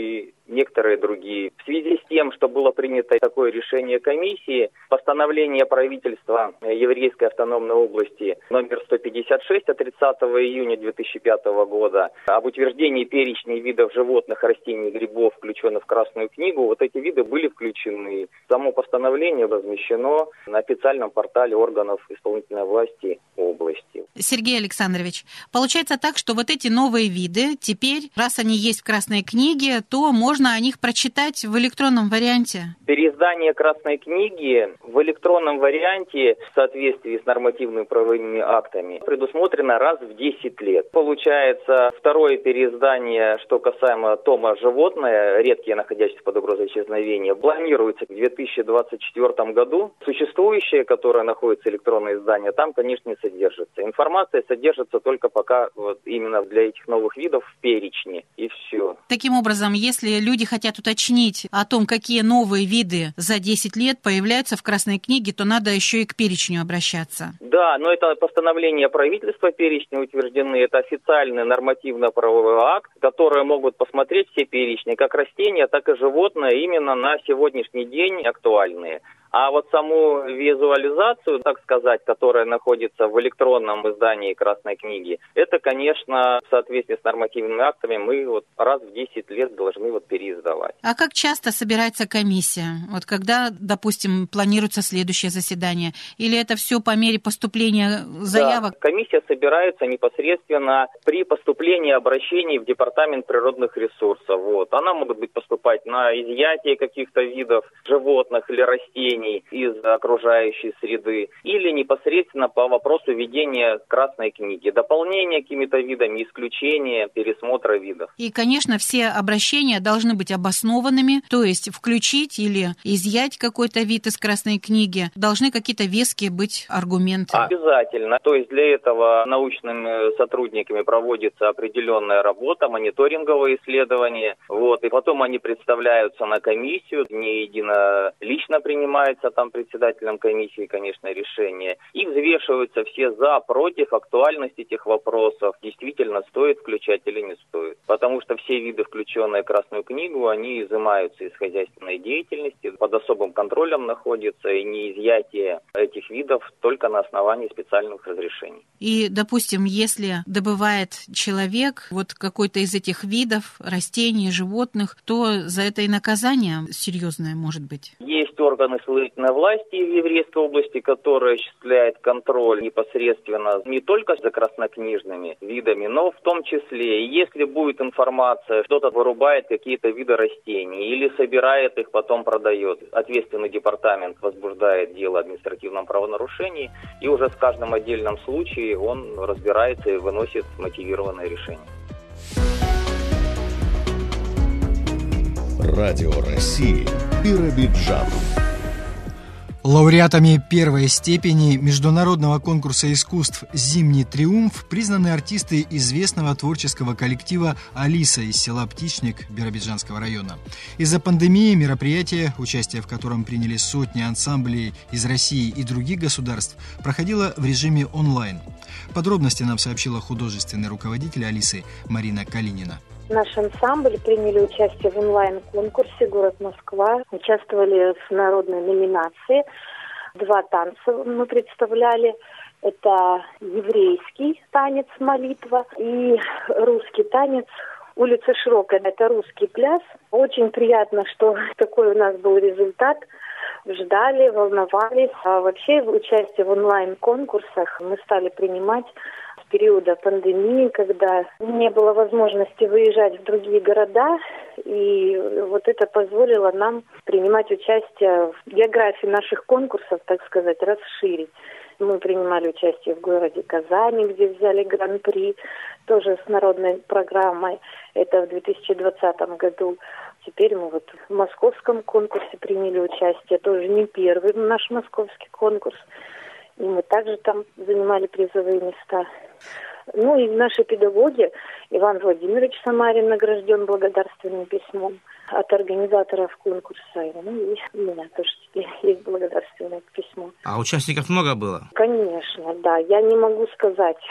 некоторые другие. В связи с тем, что было принято такое решение комиссии, постановление правительства Еврейской автономной области номер сто пятьдесят шесть от тридцатого июня две тысячи пятого года об утверждении перечня видов животных, растений и грибов, включенных в Красную книгу, вот эти виды были включены. Само постановление размещено на официальном портале органов исполнительной власти области. Сергей Александрович, получается так, что вот эти новые виды, теперь, раз они есть в Красной книге, то можно о них прочитать в электронном варианте? Переиздание Красной книги в электронном варианте в соответствии с нормативными правовыми актами предусмотрено раз в десять лет. Получается, второе переиздание, что касаемо тома «Животное», редкие, находящиеся под угрозой исчезновения, планируется в две тысячи двадцать четвёртом году. Существующее, которое находится электронное издание, там, конечно, не содержится. Информация содержится только пока вот именно для этих новых видов в перечне, и все. Таким образом, если люди хотят уточнить о том, какие новые виды за десять лет появляются в Красной книге, то надо еще и к перечню обращаться. Да, но это постановление правительства, перечни утверждены, это официальный нормативно-правовой акт, которые могут посмотреть все перечни, как растения, так и животные, именно на сегодняшний день актуальные. А вот саму визуализацию, так сказать, которая находится в электронном издании Красной книги, это, конечно, в соответствии с нормативными актами мы вот раз в десять лет должны вот переиздавать. А как часто собирается комиссия? Вот когда, допустим, планируется следующее заседание? Или это все по мере поступления заявок? Да, комиссия собирается непосредственно при поступлении обращений в Департамент природных ресурсов. Вот. Она может быть поступать на изъятие каких-то видов животных или растений из окружающей среды, или непосредственно по вопросу ведения Красной книги, дополнения какими-то видами, исключения, пересмотра видов. И, конечно, все обращения должны быть обоснованными, то есть включить или изъять какой-то вид из Красной книги, должны какие-то веские быть аргументы. Обязательно. То есть для этого научными сотрудниками проводится определенная работа, мониторинговые исследования, вот, и потом они представляются на комиссию, не единолично принимают там председателем комиссии, конечно, решение. И взвешиваются все за, против, актуальность этих вопросов. Действительно, стоит включать или не стоит. Потому что все виды, включенные в Красную книгу, они изымаются из хозяйственной деятельности, под особым контролем находятся, и не изъятие этих видов только на основании специальных разрешений. И, допустим, если добывает человек вот какой-то из этих видов, растений, животных, то за это и наказание серьезное может быть? Есть органы исполнительной власти в Еврейской области, которые осуществляют контроль непосредственно не только за краснокнижными видами, но в том числе, если будет информация, кто-то вырубает какие-то виды растений или собирает их, потом продает, ответственный департамент возбуждает дело о административном правонарушении, и уже с каждым отдельном случае он разбирается и выносит мотивированное решение. Радио России Биробиджан. Лауреатами первой степени международного конкурса искусств «Зимний триумф» признаны артисты известного творческого коллектива «Алиса» из села Птичник Биробиджанского района. Из-за пандемии мероприятие, участие в котором приняли сотни ансамблей из России и других государств, проходило в режиме онлайн. Подробности нам сообщила художественный руководитель «Алисы» Марина Калинина. Наш ансамбль приняли участие в онлайн-конкурсе «Город Москва». Участвовали в народной номинации. Два танца мы представляли. Это еврейский танец «Молитва» и русский танец «Улица Широкая». Это русский пляс. Очень приятно, что такой у нас был результат. Ждали, волновались. А вообще участие в онлайн-конкурсах мы стали принимать с периода пандемии, когда не было возможности выезжать в другие города, и вот это позволило нам принимать участие в географии наших конкурсов, так сказать, расширить. Мы принимали участие в городе Казани, где взяли гран-при, тоже с народной программой, это в две тысячи двадцатом году. Теперь мы вот в московском конкурсе приняли участие, тоже не первый наш московский конкурс. И мы также там занимали призовые места. Ну и наши педагоги, Иван Владимирович Самарин награжден благодарственным письмом от организаторов конкурса. Ну и у меня тоже теперь есть благодарственное письмо. А участников много было? Конечно, да. Я не могу сказать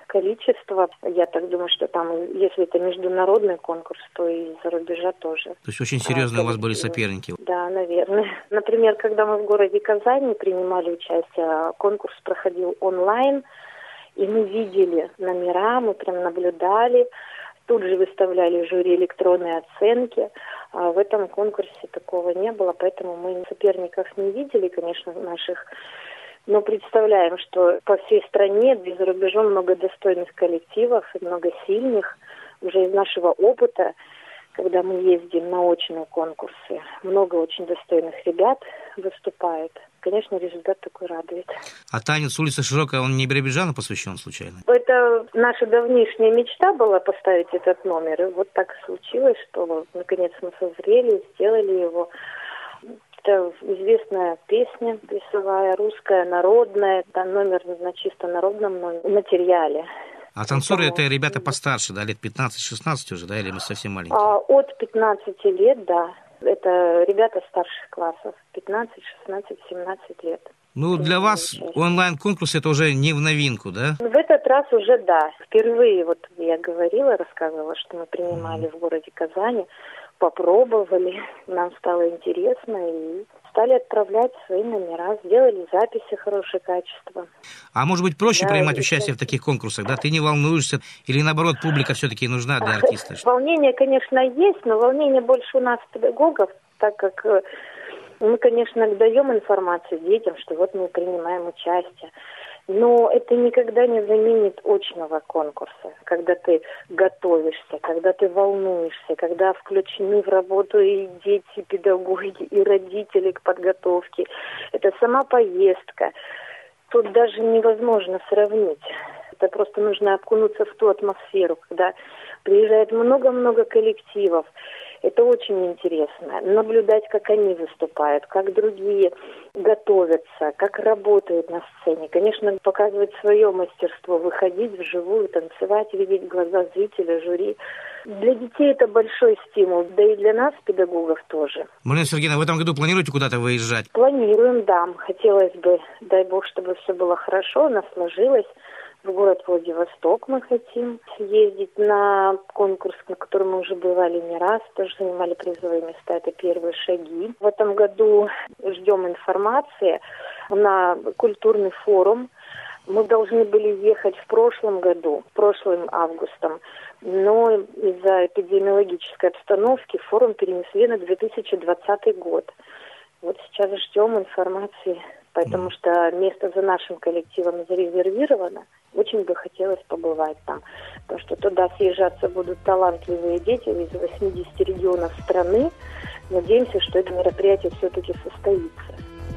количество. Я так думаю, что там, если это международный конкурс, то и за рубежа тоже. То есть очень серьезные а, у вас были соперники? Да, наверное. Например, когда мы в городе Казани принимали участие, конкурс проходил онлайн, и мы видели номера, мы прям наблюдали, тут же выставляли жюри электронные оценки. А в этом конкурсе такого не было, поэтому мы соперников не видели, конечно, наших. Но представляем, что по всей стране, за рубежом много достойных коллективов и много сильных. Уже из нашего опыта, когда мы ездим на очные конкурсы, много очень достойных ребят выступает. Конечно, результат такой радует. А танец «Улица широкая», он не Биробиджану посвящен случайно? Это наша давнишняя мечта была поставить этот номер. И вот так случилось, что наконец мы созрели, сделали его. Это известная песня плясовая, русская, народная. Это номер на чисто народном материале. А танцоры это ребята постарше, да, лет пятнадцать-шестнадцать уже, да, или мы совсем маленькие? А, от пятнадцати лет, да. Это ребята старших классов, пятнадцать, шестнадцать, семнадцать лет. Ну, для вас онлайн-конкурс это уже не в новинку, да? В этот раз уже да. Впервые, вот я говорила, рассказывала, что мы принимали mm-hmm. в городе Казани, попробовали, нам стало интересно и стали отправлять свои номера, сделали записи хорошее качество. А может быть проще да, принимать участие в таких конкурсах, да? Ты не волнуешься или наоборот публика все-таки нужна для артиста? Волнение, конечно, есть, но волнение больше у нас педагогов, так как мы, конечно, даем информацию детям, что вот мы принимаем участие. Но это никогда не заменит очного конкурса, когда ты готовишься, когда ты волнуешься, когда включены в работу и дети, и педагоги, и родители к подготовке. Это сама поездка. Тут даже невозможно сравнить. Это просто нужно окунуться в ту атмосферу, когда приезжает много-много коллективов. Это очень интересно. Наблюдать, как они выступают, как другие готовятся, как работают на сцене. Конечно, показывать свое мастерство, выходить вживую, танцевать, видеть глаза зрителя, жюри. Для детей это большой стимул, да и для нас, педагогов, тоже. Марина Сергеевна, в этом году планируете куда-то выезжать? Планируем, да. Хотелось бы, дай бог, чтобы все было хорошо, у нас сложилось. В город Владивосток мы хотим съездить на конкурс, на котором мы уже бывали не раз, тоже занимали призовые места, это первые шаги. В этом году ждем информации на культурный форум. Мы должны были ехать в прошлом году, прошлым августом, но из-за эпидемиологической обстановки форум перенесли на две тысячи двадцатый год. Вот сейчас ждем информации, потому что место за нашим коллективом зарезервировано. Очень бы хотелось побывать там, потому что туда съезжаться будут талантливые дети из восьмидесяти регионов страны. Надеемся, что это мероприятие все-таки состоится.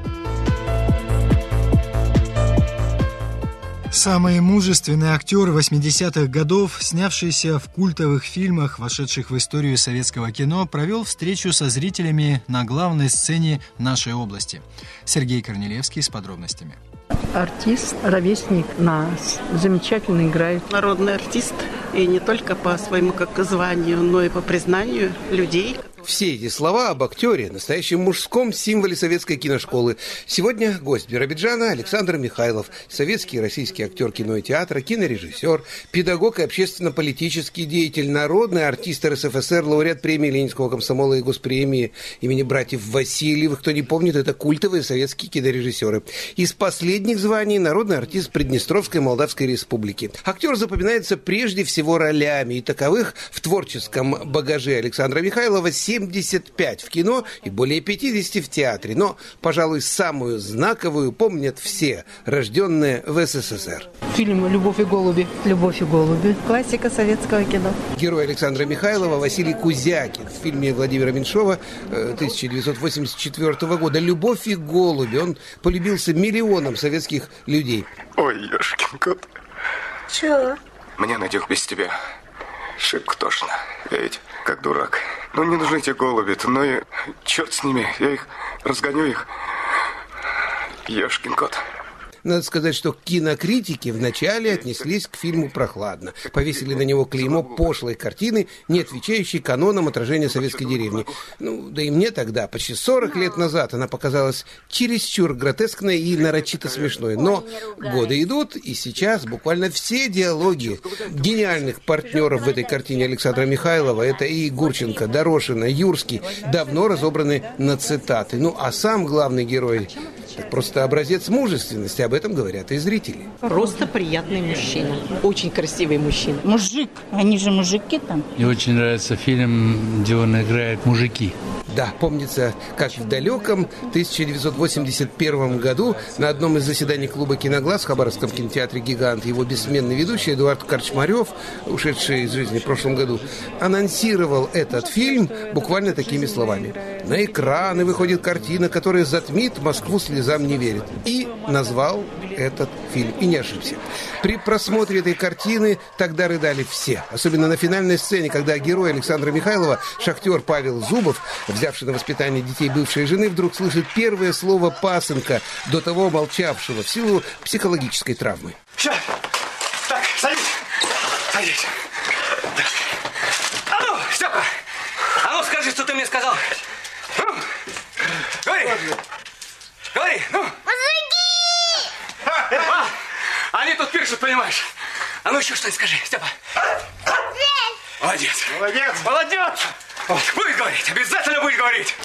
Самый мужественный актер восьмидесятых годов, снявшийся в культовых фильмах, вошедших в историю советского кино, провел встречу со зрителями на главной сцене нашей области. Сергей Корнелевский с подробностями. Артист, ровесник нас, замечательно играет. Народный артист, и не только по своему как званию, но и по признанию людей. Все эти слова об актере, настоящем мужском символе советской киношколы. Сегодня гость Биробиджана Александр Михайлов, советский и российский актер кино и театра, кинорежиссер, педагог и общественно-политический деятель, народный артист эр эс эф эс эр, лауреат премии Ленинского комсомола и госпремии имени братьев Васильевых. Кто не помнит, это культовые советские кинорежиссеры. Из последних званий народный артист Приднестровской Молдавской Республики. Актер запоминается прежде всего ролями, и таковых в творческом багаже Александра Михайлова семьдесят пять в кино и более пятьдесят в театре. Но, пожалуй, самую знаковую помнят все, рожденные в эс эс эс эр. Фильм «Любовь и голуби». «Любовь и голуби». Классика советского кино. Герой Александра Михайлова Василий Кузякин в фильме Владимира Меньшова тысяча девятьсот восемьдесят четвёртого года «Любовь и голуби». Он полюбился миллионам советских людей. Ой, ешкин кот. Чего? Мне на них без тебя шибко тошно. Я ведь как дурак. Ну, не нужны те голуби-то, ну и черт с ними, я их разгоню их. Ешкин кот. Надо сказать, что кинокритики вначале отнеслись к фильму прохладно. Повесили на него клеймо пошлой картины, не отвечающей канонам отражения советской деревни. Ну, да и мне тогда, почти сорок лет назад, она показалась чересчур гротескной и нарочито смешной. Но годы идут, и сейчас буквально все диалоги гениальных партнеров в этой картине Александра Михайлова, это и Гурченко, Дорошина, Юрский, давно разобраны на цитаты. Ну, а сам главный герой – просто образец мужественности, об этом говорят и зрители. Просто приятный мужчина, очень красивый мужчина. Мужик, они же мужики там. Мне очень нравится фильм, где он играет мужики. Да, помнится, как в далеком тысяча девятьсот восемьдесят первом году на одном из заседаний клуба «Киноглаз» в Хабаровском кинотеатре «Гигант» его бессменный ведущий Эдуард Корчмарев, ушедший из жизни в прошлом году, анонсировал этот фильм буквально такими словами: «На экраны выходит картина, которая затмит Москву, слезам не верит». И назвал этот фильм, и не ошибся. При просмотре этой картины тогда рыдали все, особенно на финальной сцене, когда герой Александра Михайлова, шахтер Павел Зубов, взявший на воспитание детей бывшей жены, вдруг слышит первое слово пасынка, до того молчавшего в силу психологической травмы. Все, так, садись, садись. Так. А ну, Степа, а ну скажи, что ты мне сказал. Ну, говори, говори, ну. Мужики! А, они тут пишут, понимаешь. А ну еще что-нибудь скажи, Степа. Молодец. Молодец. Молодец. Вот, будешь говорить, обязательно будешь говорить.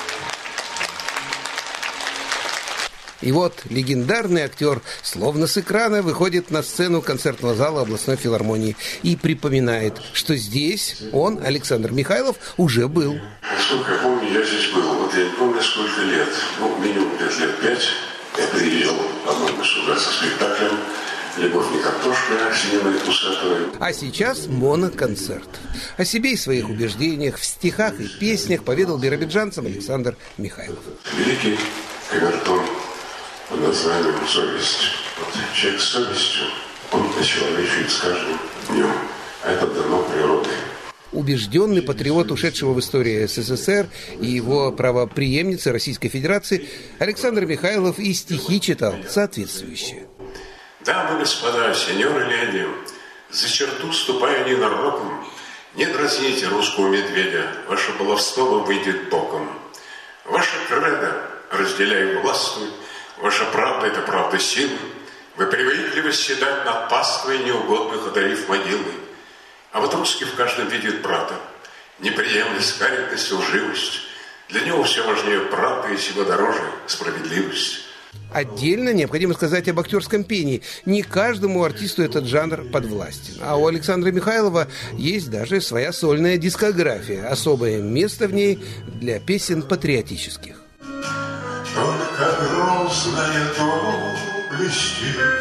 И вот легендарный актер словно с экрана выходит на сцену концертного зала областной филармонии и припоминает, что здесь он, Александр Михайлов, уже был. Насколько я помню, я здесь был. Вот я не помню, сколько лет. Ну, минимум пять лет, пять. Я приезжал, по-моему, сюда со спектаклем «Любовь не картошка» с Ниной Усатовой. А сейчас моноконцерт. О себе и своих убеждениях в стихах и песнях поведал биробиджанцам Александр Михайлов. Великий камертон под названием «Совесть». Вот человек с совестью, он очеловечивает с каждым днем. А это дано природой. Убежденный патриот ушедшего в историю СССР и его правопреемницы Российской Федерации, Александр Михайлов и стихи читал соответствующие. Дамы, господа, сеньоры, леди, за черту ступая ненароком, не дразните русского медведя, ваше баловство вам выйдет боком. Ваша кредо, разделяя властвуй, ваша правда – это правда силы. Вы привыкли восседать над паствой неугодных, одарив могилы. А вот русский в каждом видит брата. Неприемлемость, корректность, лживость. Для него все важнее правда и всего дороже справедливость. Отдельно необходимо сказать об актерском пении. Не каждому артисту этот жанр подвластен. А у Александра Михайлова есть даже своя сольная дискография. Особое место в ней для песен патриотических. Только грозная доблесть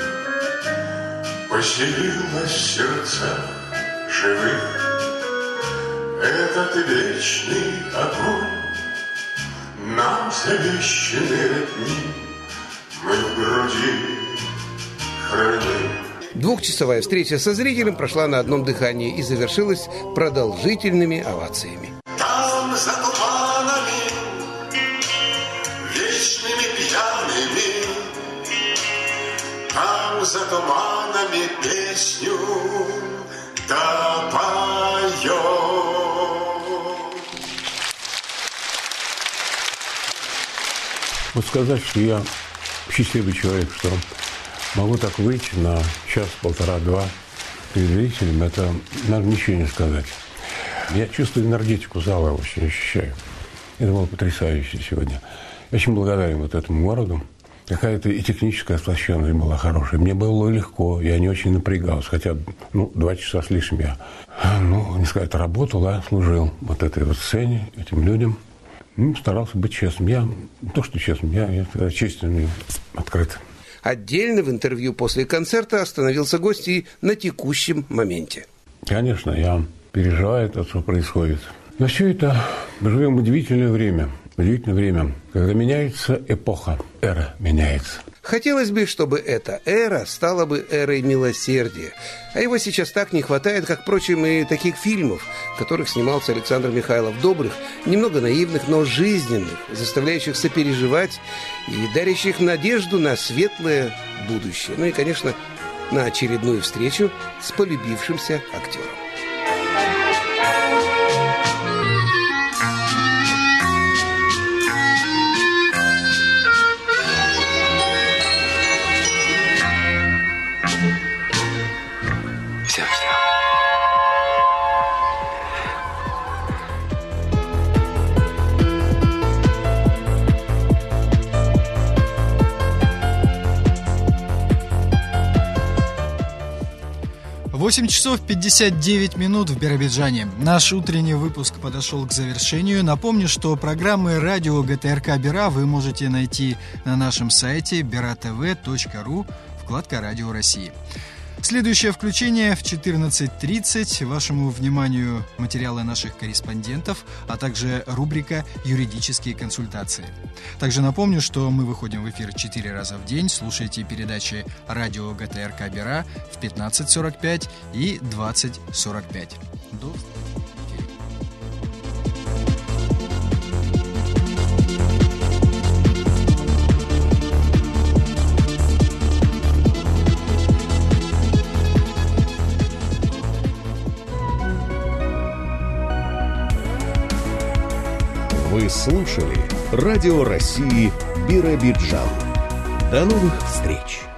поселилась в сердцах живых. Этот вечный огонь нам завещаны родни. Мы в груди храним. Двухчасовая встреча со зрителем прошла на одном дыхании и завершилась продолжительными овациями. Там за туманами, вечными пьяными, там за туманами песню допоем. Вот сказать, что я счастливый человек, что могу так выйти на час, полтора, два перед зрителем, это, наверное, ничего не сказать. Я чувствую энергетику зала, очень ощущаю. Это было потрясающе сегодня. Я очень благодарен вот этому городу. Какая-то и техническая оснащенность была хорошая. Мне было легко, я не очень напрягался. Хотя, ну, два часа с лишним я, ну, не сказать, работал, а служил вот этой вот сцене, этим людям. Ну, старался быть честным. Я не то, что честным, я, я честен и открыт. Отдельно в интервью после концерта остановился гость и на текущем моменте. Конечно, я переживаю то, что происходит. Но все это, мы живем в удивительное время. Удивительное время, когда меняется эпоха, эра меняется. Хотелось бы, чтобы эта эра стала бы эрой милосердия. А его сейчас так не хватает, как, впрочем, и таких фильмов, в которых снимался Александр Михайлов. Добрых, немного наивных, но жизненных, заставляющих сопереживать и дарящих надежду на светлое будущее. Ну и, конечно, на очередную встречу с полюбившимся актером. восемь часов пятьдесят девять минут в Биробиджане. Наш утренний выпуск подошел к завершению. Напомню, что программы радио ГТРК Бира вы можете найти на нашем сайте бира тэ вэ точка ру, вкладка «Радио России». Следующее включение в четырнадцать тридцать. Вашему вниманию материалы наших корреспондентов, а также рубрика «Юридические консультации». Также напомню, что мы выходим в эфир четыре раза в день. Слушайте передачи радио ГТРК Бира в пятнадцать сорок пять и двадцать сорок пять. До встречи. Вы слушали Радио России Биробиджан. До новых встреч!